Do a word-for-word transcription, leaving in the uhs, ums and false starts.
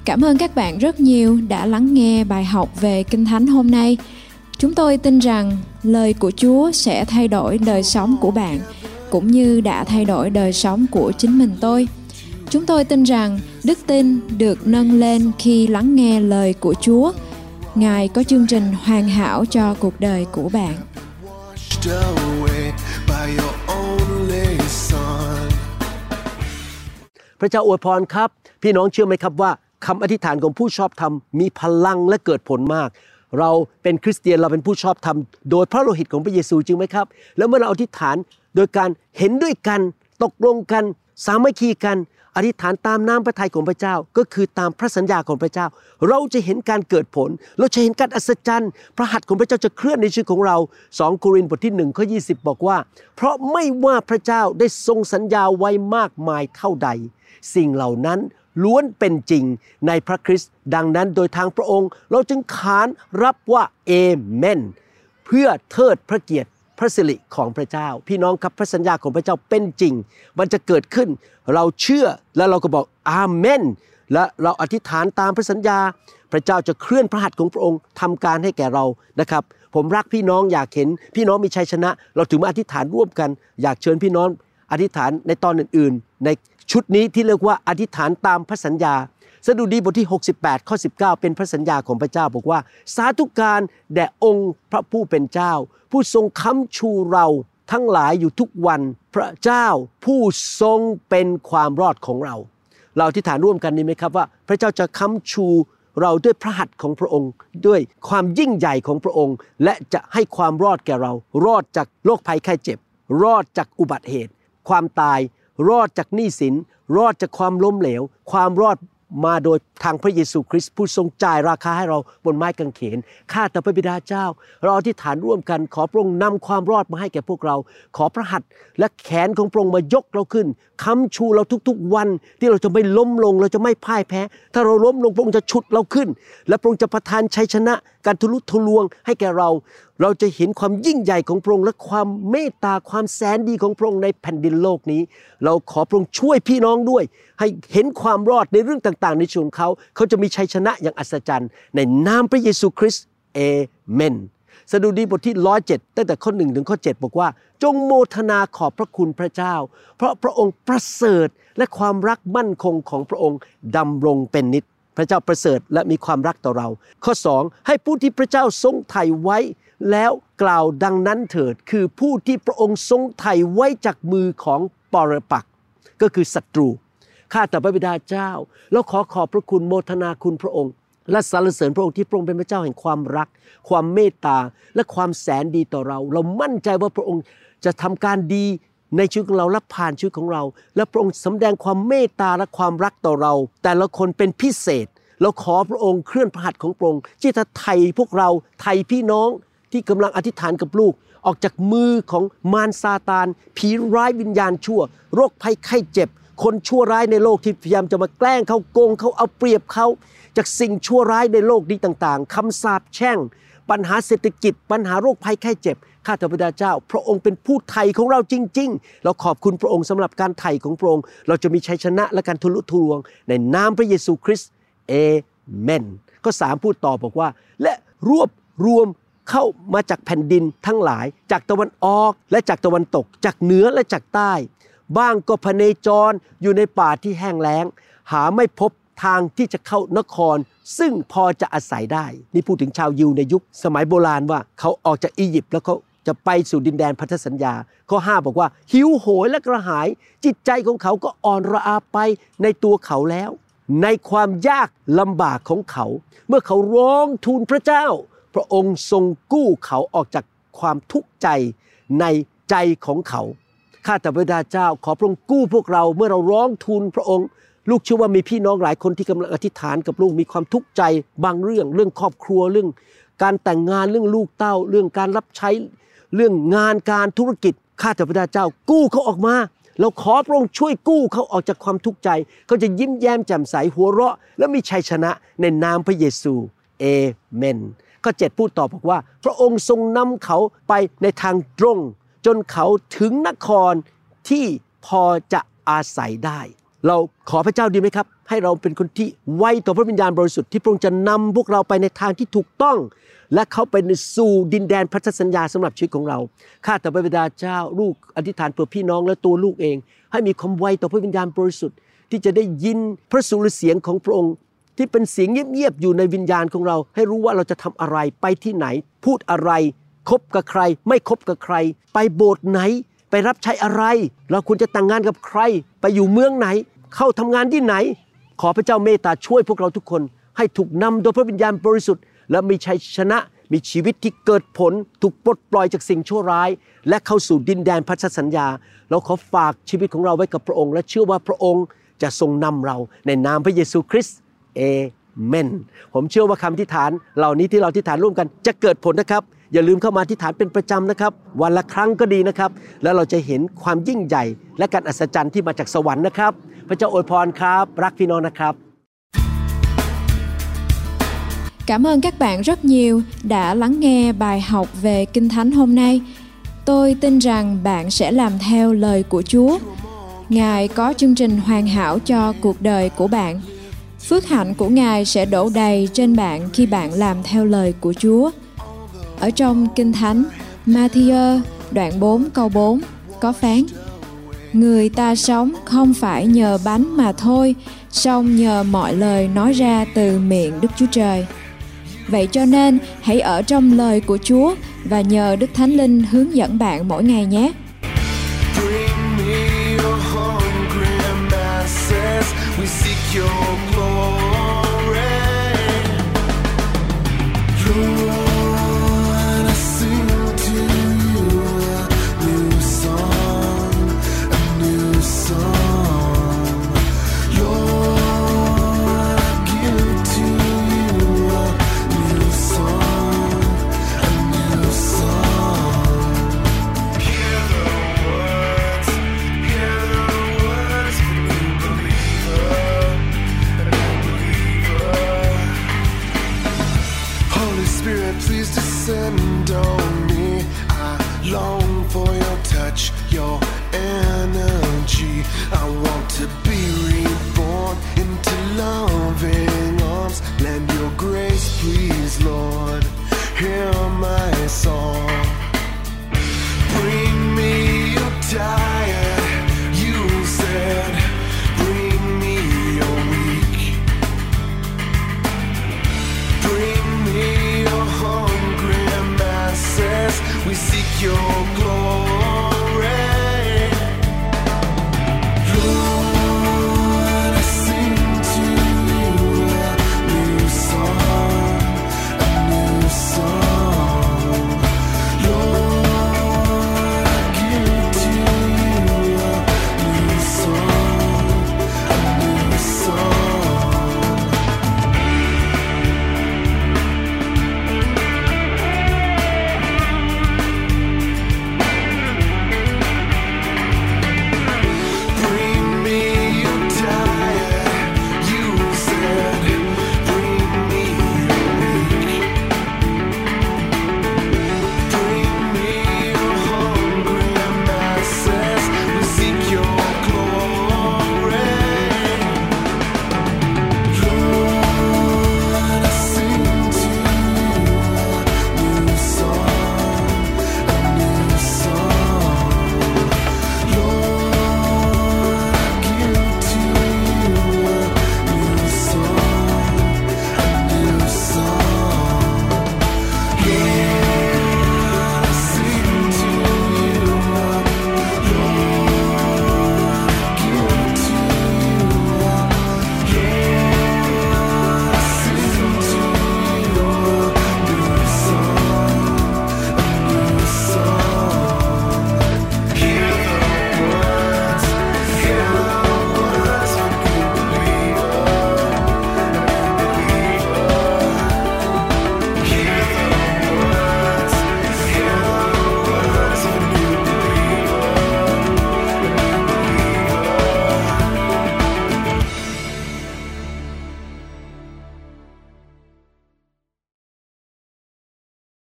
Cảm ơn các bạn rất nhiều đã lắng nghe bài học về Kinh Thánh hôm nay. Chúng tôi tin rằng lời của Chúa sẽ thay đổi đời sống của bạn, cũng như đã thay đổi đời sống của chính mình tôi. Chúng tôi tin rằng đức tin được nâng lên khi lắng nghe lời của Chúa. Ngài có chương trình hoàn hảo cho cuộc đời của bạn. พระเจ้าอวยพรครับพี่น้องเชื่อไหมครับว่าคำอธิษฐานของผู้ชอบธรรมมีพลังและเกิดผลมากเราเป็นคริสเตียนเราเป็นผู้ชอบธรรมโดยพระโลหิตของพระเยซูจริงไหมครับแล้วเมื่อเราอธิษฐานโดยการเห็นด้วยกันตกลงกันสามัคคีกันอธิษฐานตามน้ำพระทัยของพระเจ้าก็คือตามพระสัญญาของพระเจ้าเราจะเห็นการเกิดผลเราจะเห็นการอัศจรรย์พระหัตถ์ของพระเจ้าจะเคลื่อนในชีวิตของเราสองโครินธ์บทที่หนึ่งข้อยี่สิบบอกว่าเพราะไม่ว่าพระเจ้าได้ทรงสัญญาไว้มากมายเท่าใดสิ่งเหล่านั้นล้วนเป็นจริงในพระคริสต์ดังนั้นโดยทางพระองค์เราจึงขานรับว่าเอเมนเพื่อเทิดพระเกียรติพระสิริของพระเจ้าพี่น้องครับพระสัญญาของพระเจ้าเป็นจริงมันจะเกิดขึ้นเราเชื่อแล้วเราก็บอกอาเมนและเราอธิษฐานตามพระสัญญาพระเจ้าจะเคลื่อนพระหัตถ์ของพระองค์ทำการให้แก่เรานะครับผมรักพี่น้องอยากเห็นพี่น้องมีชัยชนะเราถึงมาอธิษฐานร่วมกันอยากเชิญพี่น้องอธิษฐานในตอนอื่นๆในชุดนี้ที่เรียกว่าอธิษฐานตามพระสัญญาสดุดีบทที่หกสิบแปดข้อสิบเก้าเป็นพระสัญญาของพระเจ้าบอกว่าสาธุการแด่องค์พระผู้เป็นเจ้าผู้ทรงค้ำชูเราทั้งหลายอยู่ทุกวันพระเจ้าผู้ทรงเป็นความรอดของเราเราอธิษฐานร่วมกันนี้ไหมครับว่าพระเจ้าจะค้ำชูเราด้วยพระหัตถ์ของพระองค์ด้วยความยิ่งใหญ่ของพระองค์และจะให้ความรอดแก่เรารอดจากโรคภัยไข้เจ็บรอดจากอุบัติเหตุความตายรอดจากหนี้สินรอดจากความล้มเหลวความรอดมาโดยทางพระเยซูคริสต์ผู้ทรงจ่ายราคาให้เราบนไม้กางเขนข้าแต่พระบิดาเจ้าเราอธิษฐานร่วมกันขอพระองค์นำความรอดมาให้แก่พวกเราขอพระหัตถ์และแขนของพระองค์มายกเราขึ้นค้ำชูเราทุกๆวันที่เราจะไม่ล้มลงเราจะไม่พ่ายแพ้ถ้าเราล้มลงพระองค์จะฉุดเราขึ้นและพระองค์จะประทานชัยชนะการทะลุทะลวงให้แก่เราเราจะเห็นความยิ่งใหญ่ของพระองค์และความเมตตาความแสนดีของพระองค์ในแผ่นดินโลกนี้เราขอพระองค์ช่วยพี่น้องด้วยให้เห็นความรอดในเรื่องต่างๆในชีวิตของเขาเขาจะมีชัยชนะอย่างอัศจรรย์ในนามพระเยซูคริสต์เอเมนสดุดีบทที่หนึ่งร้อยเจ็ดตั้งแต่ข้อหนึ่งถึงข้อเจ็ดบอกว่าจงโมทนาขอบพระคุณพระเจ้าเพราะพระองค์ประเสริฐและความรักมั่นคงของพระองค์ดำรงเป็นนิจพระเจ้าประเสริฐและมีความรักต่อเราข้อสองให้ผู้ที่พระเจ้าทรงไถ่ไว้แล้วกล่าวดังนั้นเถิดคือผู้ที่พระองค์ทรงไถ่ไว้จากมือของปรปักษ์ก็คือศัตรูข้าแต่พระบิดาเจ้าเราขอขอบพระคุณโมทนาคุณพระองค์และสรรเสริญพระองค์ที่พระองค์เป็นพระเจ้าแห่งความรักความเมตตาและความแสนดีต่อเราเรามั่นใจว่าพระองค์จะทำการดีในชีวิตของเราและผ่านชีวิตของเราและพระองค์สำแดงความเมตตาและความรักต่อเราแต่ละคนเป็นพิเศษเราขอพระองค์เคลื่อนพระหัตถ์ของพระองค์ที่จะไถ่พวกเราไถ่พี่น้องที่กำลังอธิษฐานกับลูกออกจากมือของมารซาตานผีร้ายวิญญาณชั่วโรคภัยไข้เจ็บคนชั่วร้ายในโลกที่พยายามจะมาแกล้งเขาโกงเขาเอาเปรียบเขาจากสิ่งชั่วร้ายในโลกนี้ต่างๆคำสาปแช่งปัญหาเศรษฐกิจปัญหาโรคภัยไข้เจ็บข้าแต่พระบิดาเจ้าพระองค์เป็นผู้ไถ่ของเราจริงๆเราขอบคุณพระองค์สำหรับการไถ่ของพระองค์เราจะมีชัยชนะและการทะลุทะลวงในนามพระเยซูคริสต์เอเมนข้อสามพูดต่อบอกว่าและรวบรวมเข้ามาจากแผ่นดินทั้งหลายจากตะวันออกและจากตะวันตกจากเหนือและจากใต้บ้างก็พเนจรอยู่ในป่าที่แห้งแล้งหาไม่พบทางที่จะเข้านครซึ่งพอจะอาศัยได้นี่พูดถึงชาวยิวในยุคสมัยโบราณว่าเขาออกจากอียิปต์แล้วเขาจะไปสู่ดินแดนพันธสัญญาข้อห้าบอกว่าหิวโหยและกระหายจิตใจของเขาก็อ่อนระอาไปในตัวเขาแล้วในความยากลำบากของเขาเมื่อเขาร้องทูลพระเจ้าพระองค์ทรงกู้เขาออกจากความทุกข์ใจในใจของเขาข้าแต่พระบิดาเจ้าขอพระองค์กู้พวกเราเมื่อเราร้องทูลพระองค์ลูกเชื่อว่ามีพี่น้องหลายคนที่กำลังอธิษฐานกับลูกมีความทุกข์ใจบางเรื่องเรื่องครอบครัวเรื่องการแต่งงานเรื่องลูกเต้าเรื่องการรับใช้เรื่องงานการธุรกิจข้าแต่พระบิดาเจ้ากู้เขาออกมาเราขอพระองค์ช่วยกู้เขาออกจากความทุกข์ใจเขาจะยิ้มแย้มแจ่มใสหัวเราะและมีชัยชนะในนามพระเยซูเอเมนข้อเจ็ดพูดต่อบอกว่าพระองค์ทรงนำเขาไปในทางตรงจนเขาถึงนครที่พอจะอาศัยได้เราขอพระเจ้าดีไหมครับให้เราเป็นคนที่ไวต่อพระวิญญาณบริสุทธิ์ที่พระองค์จะนำพวกเราไปในทางที่ถูกต้องและเข้าไปในสู่ดินแดนพันธสัญญาสำหรับชีวิตของเราข้าแต่พระบิดาเจ้าลูกอธิษฐานเพื่อพี่น้องและตัวลูกเองให้มีความไวต่อพระวิญญาณบริสุทธิ์ที่จะได้ยินพระสุรเสียงของพระองค์ที่เป็นเสียงเงียบๆอยู่ในวิญญาณของเราให้รู้ว่าเราจะทำอะไรไปที่ไหนพูดอะไรคบกับใครไม่คบกับใครไปโบสถ์ไหนไปรับใช้อะไรเราควรจะแต่งงานกับใครไปอยู่เมืองไหนเข้าทำงานที่ไหนขอพระเจ้าเมตตาช่วยพวกเราทุกคนให้ถูกนำโดยพระวิญญาณบริสุทธิ์และมีชัยชนะมีชีวิตที่เกิดผลถูกปลดปล่อยจากสิ่งชั่วร้ายและเข้าสู่ดินแดนพันธสัญญาเราขอฝากชีวิตของเราไว้กับพระองค์และเชื่อว่าพระองค์จะทรงนำเราในนามพระเยซูคริสต์เอเมนผมเชื่อว่าคำอธิษฐานเหล่านี้ที่เราอธิษฐานร่วมกันจะเกิดผลนะครับอย่าลืมเข้ามาอธิษฐานเป็นประจำนะครับวันละครั้งก็ดีนะครับแล้วเราจะเห็นความยิ่งใหญ่และการอัศจรรย์ที่มาจากสวรรค์นะครับพระเจ้าอวยพรครับรักพี่น้องนะครับ Cảm ơn các bạn rất nhiều đã lắng nghe bài học về Kinh Thánh hôm nay. Tôi tin rằng bạn sẽ làm theo lời của Chúa. Ngài có chương trình hoàn hảo cho cuộc đời của bạn. Phước hạnh của Ngài sẽ đổ đầy trên bạn khi bạn làm theo lời của Chúa. Ở trong Kinh Thánh, Ma-thi-ơ đoạn bốn câu bốn có phán: Người ta sống không phải nhờ bánh mà thôi, song nhờ mọi lời nói ra từ miệng Đức Chúa Trời. Vậy cho nên hãy ở trong lời của Chúa và nhờ Đức Thánh Linh hướng dẫn bạn mỗi ngày nhé. Bring me your hungry masses. We seek your